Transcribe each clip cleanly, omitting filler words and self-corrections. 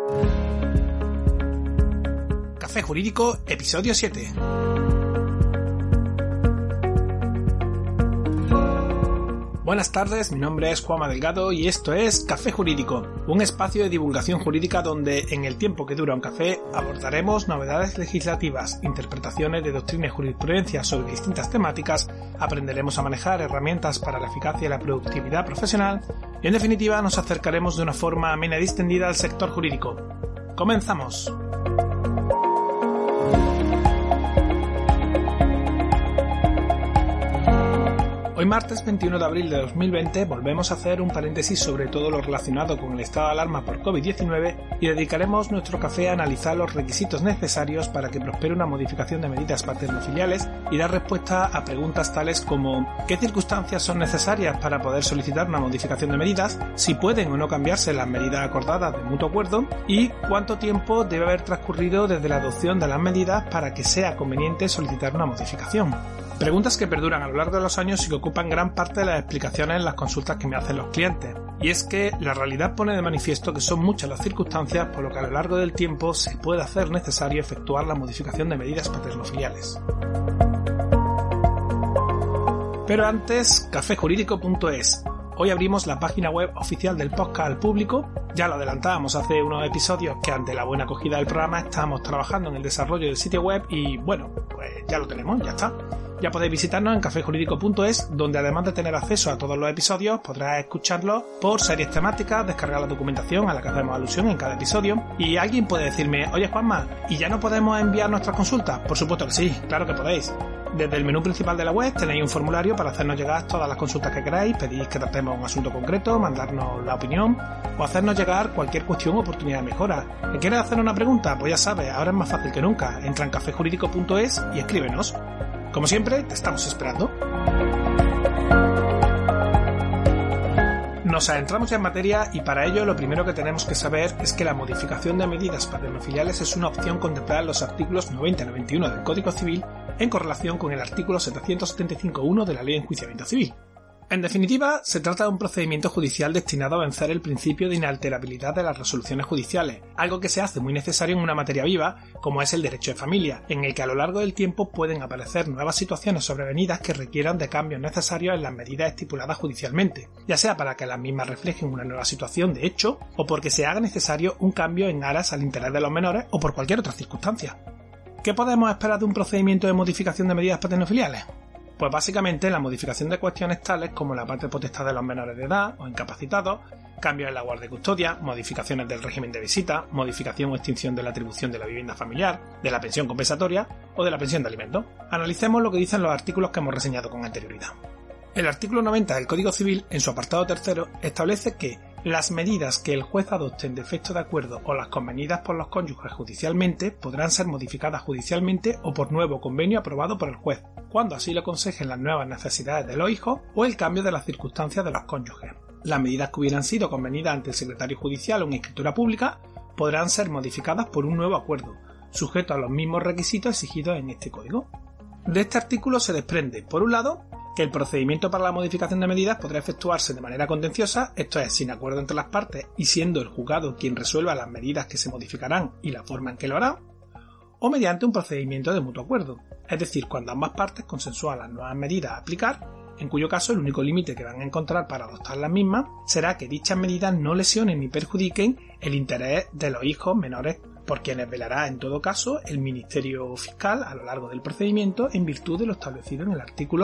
Café Jurídico, episodio 7. Buenas tardes, mi nombre es Juanma Delgado y esto es Café Jurídico, un espacio de divulgación jurídica donde en el tiempo que dura un café abordaremos novedades legislativas, interpretaciones de doctrina y jurisprudencia sobre distintas temáticas, aprenderemos a manejar herramientas para la eficacia y la productividad profesional y en definitiva nos acercaremos de una forma amena y distendida al sector jurídico. ¡Comenzamos! Hoy martes 21 de abril de 2020 volvemos a hacer un paréntesis sobre todo lo relacionado con el estado de alarma por COVID-19 y dedicaremos nuestro café a analizar los requisitos necesarios para que prospere una modificación de medidas paternofiliales y dar respuesta a preguntas tales como ¿qué circunstancias son necesarias para poder solicitar una modificación de medidas? ¿Si pueden o no cambiarse las medidas acordadas de mutuo acuerdo? ¿Y cuánto tiempo debe haber transcurrido desde la adopción de las medidas para que sea conveniente solicitar una modificación? Preguntas que perduran a lo largo de los años y que ocupan gran parte de las explicaciones en las consultas que me hacen los clientes. Y es que la realidad pone de manifiesto que son muchas las circunstancias por lo que a lo largo del tiempo se puede hacer necesario efectuar la modificación de medidas paternofiliales. Pero antes, cafejurídico.es. Hoy abrimos la página web oficial del podcast al público. Ya lo adelantábamos hace unos episodios que ante la buena acogida del programa estábamos trabajando en el desarrollo del sitio web y bueno, pues ya lo tenemos, ya está. Ya podéis visitarnos en cafejurídico.es, donde además de tener acceso a todos los episodios, podrás escucharlos por series temáticas, descargar la documentación a la que hacemos alusión en cada episodio. Y alguien puede decirme, oye Juanma, ¿y ya no podemos enviar nuestras consultas? Por supuesto que sí, claro que podéis. Desde el menú principal de la web tenéis un formulario para hacernos llegar todas las consultas que queráis, pedís que tratemos un asunto concreto, mandarnos la opinión o hacernos llegar cualquier cuestión o oportunidad de mejora. ¿Me quieres hacer una pregunta? Pues ya sabes, ahora es más fácil que nunca. Entra en cafejurídico.es y escríbenos. Como siempre, te estamos esperando. Nos adentramos ya en materia y para ello lo primero que tenemos que saber es que la modificación de medidas paternofiliales es una opción contemplada en los artículos 90 y 91 del Código Civil en correlación con el artículo 775.1 de la Ley de Enjuiciamiento Civil. En definitiva, se trata de un procedimiento judicial destinado a vencer el principio de inalterabilidad de las resoluciones judiciales, algo que se hace muy necesario en una materia viva, como es el derecho de familia, en el que a lo largo del tiempo pueden aparecer nuevas situaciones sobrevenidas que requieran de cambios necesarios en las medidas estipuladas judicialmente, ya sea para que las mismas reflejen una nueva situación de hecho, o porque se haga necesario un cambio en aras al interés de los menores o por cualquier otra circunstancia. ¿Qué podemos esperar de un procedimiento de modificación de medidas paternofiliales? Pues básicamente la modificación de cuestiones tales como la parte potestad de los menores de edad o incapacitados, cambios en la guardia y custodia, modificaciones del régimen de visita, modificación o extinción de la atribución de la vivienda familiar, de la pensión compensatoria o de la pensión de alimentos. Analicemos lo que dicen los artículos que hemos reseñado con anterioridad. El artículo 90 del Código Civil, en su apartado tercero, establece que las medidas que el juez adopte en defecto de acuerdo o las convenidas por los cónyuges judicialmente podrán ser modificadas judicialmente o por nuevo convenio aprobado por el juez, cuando así lo aconsejen las nuevas necesidades de los hijos o el cambio de las circunstancias de los cónyuges. Las medidas que hubieran sido convenidas ante el secretario judicial o en escritura pública podrán ser modificadas por un nuevo acuerdo, sujeto a los mismos requisitos exigidos en este código. De este artículo se desprende, por un lado, que el procedimiento para la modificación de medidas podrá efectuarse de manera contenciosa, esto es, sin acuerdo entre las partes y siendo el juzgado quien resuelva las medidas que se modificarán y la forma en que lo hará, o mediante un procedimiento de mutuo acuerdo, es decir, cuando ambas partes consensúan las nuevas medidas a aplicar, en cuyo caso el único límite que van a encontrar para adoptar las mismas será que dichas medidas no lesionen ni perjudiquen el interés de los hijos menores, por quienes velará en todo caso el Ministerio Fiscal a lo largo del procedimiento en virtud de lo establecido en el artículo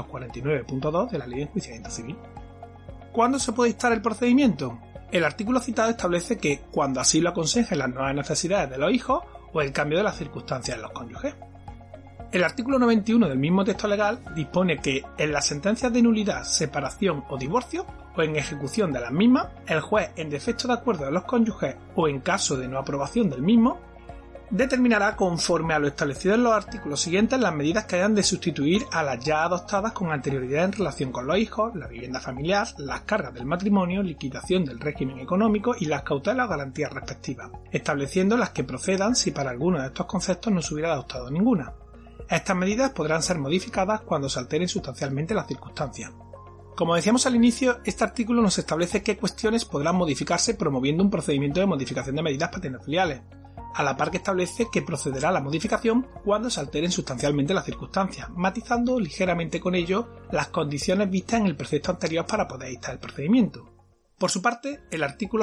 749.2 de la Ley de Enjuiciamiento Civil. ¿Cuándo se puede dictar el procedimiento? El artículo citado establece que cuando así lo aconsejen las nuevas necesidades de los hijos o el cambio de las circunstancias en los cónyuges. El artículo 91 del mismo texto legal dispone que en las sentencias de nulidad, separación o divorcio, o en ejecución de las mismas, el juez, en defecto de acuerdo de los cónyuges o en caso de no aprobación del mismo, determinará conforme a lo establecido en los artículos siguientes las medidas que hayan de sustituir a las ya adoptadas con anterioridad en relación con los hijos, la vivienda familiar, las cargas del matrimonio, liquidación del régimen económico y las cautelas o garantías respectivas, estableciendo las que procedan si para alguno de estos conceptos no se hubiera adoptado ninguna. Estas medidas podrán ser modificadas cuando se alteren sustancialmente las circunstancias. Como decíamos al inicio, este artículo nos establece qué cuestiones podrán modificarse promoviendo un procedimiento de modificación de medidas paternofiliales, a la par que establece que procederá a la modificación cuando se alteren sustancialmente las circunstancias, matizando ligeramente con ello las condiciones vistas en el precepto anterior para poder dictar el procedimiento. Por su parte, el artículo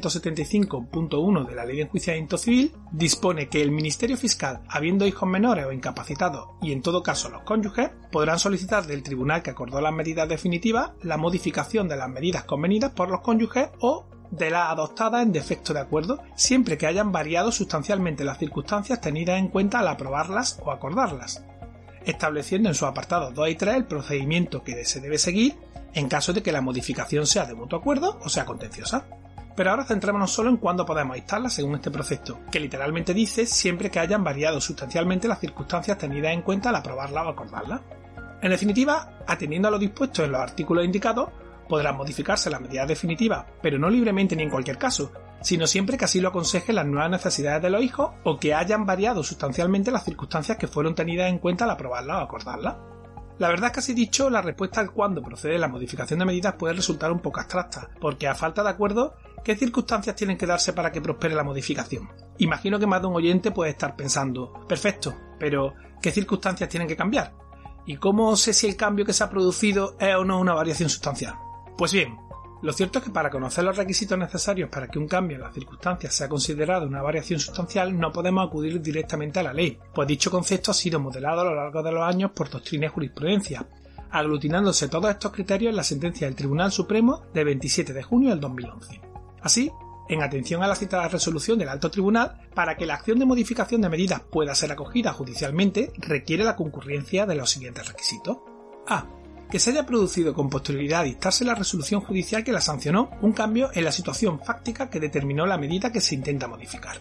775.1 de la Ley de Enjuiciamiento Civil dispone que el Ministerio Fiscal, habiendo hijos menores o incapacitados y en todo caso los cónyuges, podrán solicitar del tribunal que acordó las medidas definitivas la modificación de las medidas convenidas por los cónyuges o de las adoptadas en defecto de acuerdo, siempre que hayan variado sustancialmente las circunstancias tenidas en cuenta al aprobarlas o acordarlas, estableciendo en sus apartados 2 y 3 el procedimiento que se debe seguir en caso de que la modificación sea de mutuo acuerdo o sea contenciosa. Pero ahora centrémonos solo en cuándo podemos dictarla según este precepto, que literalmente dice siempre que hayan variado sustancialmente las circunstancias tenidas en cuenta al aprobarla o acordarla. En definitiva, atendiendo a lo dispuesto en los artículos indicados, podrán modificarse las medidas definitivas, pero no libremente ni en cualquier caso, sino siempre que así lo aconsejen las nuevas necesidades de los hijos o que hayan variado sustancialmente las circunstancias que fueron tenidas en cuenta al aprobarla o acordarla. La verdad es que así dicho, la respuesta al cuándo procede la modificación de medidas puede resultar un poco abstracta, porque a falta de acuerdo, ¿qué circunstancias tienen que darse para que prospere la modificación? Imagino que más de un oyente puede estar pensando, perfecto, pero ¿qué circunstancias tienen que cambiar? ¿Y cómo sé si el cambio que se ha producido es o no una variación sustancial? Pues bien, lo cierto es que para conocer los requisitos necesarios para que un cambio en las circunstancias sea considerado una variación sustancial no podemos acudir directamente a la ley, pues dicho concepto ha sido modelado a lo largo de los años por doctrina y jurisprudencia, aglutinándose todos estos criterios en la sentencia del Tribunal Supremo de 27 de junio del 2011. Así, en atención a la citada resolución del Alto Tribunal, para que la acción de modificación de medidas pueda ser acogida judicialmente, requiere la concurrencia de los siguientes requisitos. A. Que se haya producido con posterioridad a dictarse la resolución judicial que la sancionó un cambio en la situación fáctica que determinó la medida que se intenta modificar.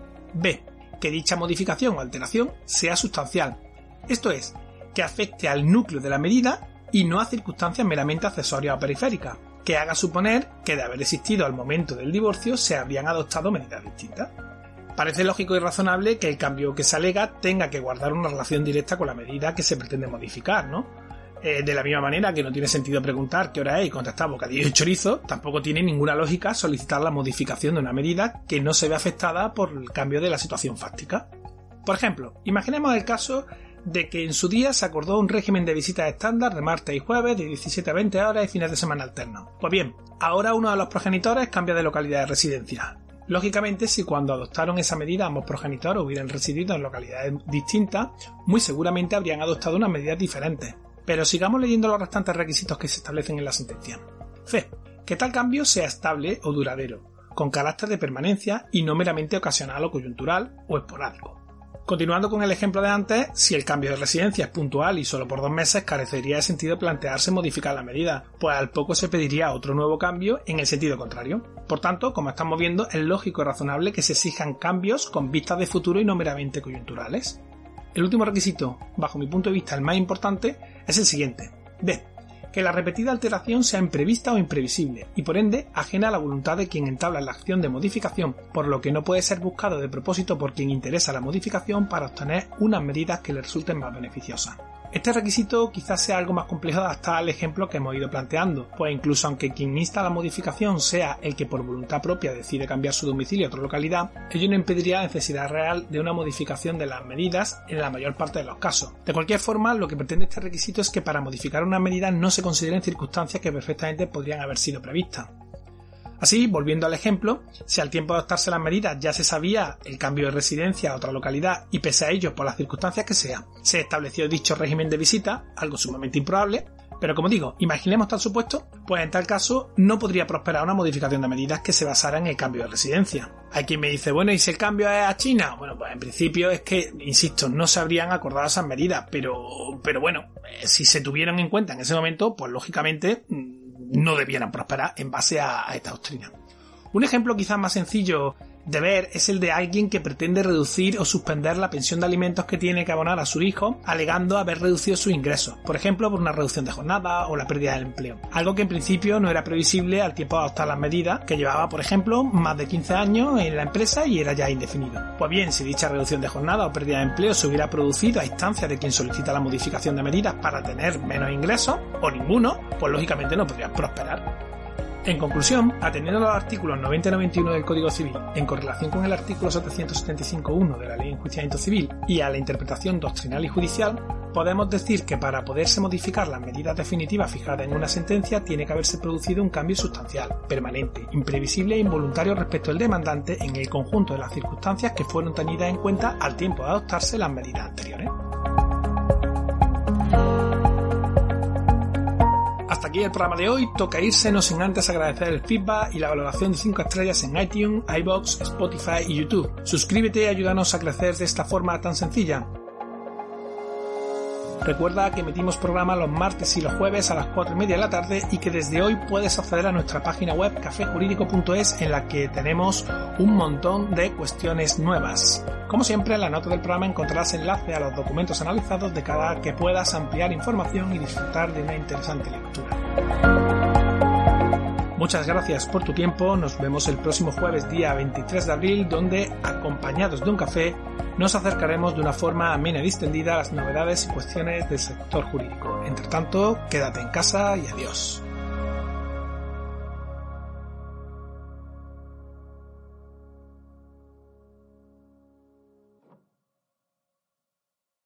B. Que dicha modificación o alteración sea sustancial, esto es, que afecte al núcleo de la medida y no a circunstancias meramente accesorias o periféricas, que haga suponer que de haber existido al momento del divorcio se habrían adoptado medidas distintas. Parece lógico y razonable que el cambio que se alega tenga que guardar una relación directa con la medida que se pretende modificar, ¿no? De la misma manera que no tiene sentido preguntar qué hora es y contestar bocadillo y chorizo, tampoco tiene ninguna lógica solicitar la modificación de una medida que no se ve afectada por el cambio de la situación fáctica. Por ejemplo, imaginemos el caso de que en su día se acordó un régimen de visitas estándar de martes y jueves de 17 a 20 horas y fines de semana alternos. Pues bien, ahora uno de los progenitores cambia de localidad de residencia. Lógicamente, si cuando adoptaron esa medida ambos progenitores hubieran residido en localidades distintas, muy seguramente habrían adoptado unas medidas diferentes. Pero sigamos leyendo los restantes requisitos que se establecen en la sentencia. C. Que tal cambio sea estable o duradero, con carácter de permanencia y no meramente ocasional o coyuntural o esporádico. Continuando con el ejemplo de antes, si el cambio de residencia es puntual y solo por 2 meses, carecería de sentido plantearse modificar la medida, pues al poco se pediría otro nuevo cambio en el sentido contrario. Por tanto, como estamos viendo, es lógico y razonable que se exijan cambios con vistas de futuro y no meramente coyunturales. El último requisito, bajo mi punto de vista el más importante, es el siguiente. B. Que la repetida alteración sea imprevista o imprevisible y por ende ajena a la voluntad de quien entabla la acción de modificación, por lo que no puede ser buscado de propósito por quien interesa la modificación para obtener unas medidas que le resulten más beneficiosas. Este requisito quizás sea algo más complejo de adaptar al ejemplo que hemos ido planteando, pues incluso aunque quien insta la modificación sea el que por voluntad propia decide cambiar su domicilio a otra localidad, ello no impediría la necesidad real de una modificación de las medidas en la mayor parte de los casos. De cualquier forma, lo que pretende este requisito es que para modificar una medida no se consideren circunstancias que perfectamente podrían haber sido previstas. Así, volviendo al ejemplo, si al tiempo de adoptarse las medidas ya se sabía el cambio de residencia a otra localidad y pese a ello, por las circunstancias que sea, se estableció dicho régimen de visita, algo sumamente improbable, pero como digo, imaginemos tal supuesto, pues en tal caso no podría prosperar una modificación de medidas que se basara en el cambio de residencia. Hay quien me dice, bueno, ¿y si el cambio es a China? Bueno, pues en principio es que, insisto, no se habrían acordado esas medidas, pero bueno, si se tuvieron en cuenta en ese momento, pues lógicamente no debieran prosperar en base a esta doctrina. Un ejemplo quizás más sencillo Deber es el de alguien que pretende reducir o suspender la pensión de alimentos que tiene que abonar a su hijo, alegando haber reducido sus ingresos, por ejemplo por una reducción de jornada o la pérdida del empleo. Algo que en principio no era previsible al tiempo de adoptar las medidas, que llevaba, por ejemplo, más de 15 años en la empresa y era ya indefinido. Pues bien, si dicha reducción de jornada o pérdida de empleo se hubiera producido a instancia de quien solicita la modificación de medidas para tener menos ingresos, o ninguno, pues lógicamente no podrían prosperar. En conclusión, atendiendo a los artículos 90 y 91 del Código Civil, en correlación con el artículo 775.1 de la Ley de Enjuiciamiento Civil y a la interpretación doctrinal y judicial, podemos decir que para poderse modificar las medidas definitivas fijadas en una sentencia tiene que haberse producido un cambio sustancial, permanente, imprevisible e involuntario respecto al demandante en el conjunto de las circunstancias que fueron tenidas en cuenta al tiempo de adoptarse las medidas anteriores. Hasta aquí el programa de hoy. Toca irse, no sin antes agradecer el feedback y la valoración de 5 estrellas en iTunes, iVoox, Spotify y YouTube. Suscríbete y ayúdanos a crecer de esta forma tan sencilla. Recuerda que emitimos programa los martes y los jueves a las 4:30 de la tarde y que desde hoy puedes acceder a nuestra página web cafejurídico.es, en la que tenemos un montón de cuestiones nuevas. Como siempre, en la nota del programa encontrarás enlace a los documentos analizados de cada que puedas ampliar información y disfrutar de una interesante lectura. Muchas gracias por tu tiempo, nos vemos el próximo jueves día 23 de abril, donde, acompañados de un café, nos acercaremos de una forma amena y distendida a las novedades y cuestiones del sector jurídico. Entre tanto, quédate en casa y adiós.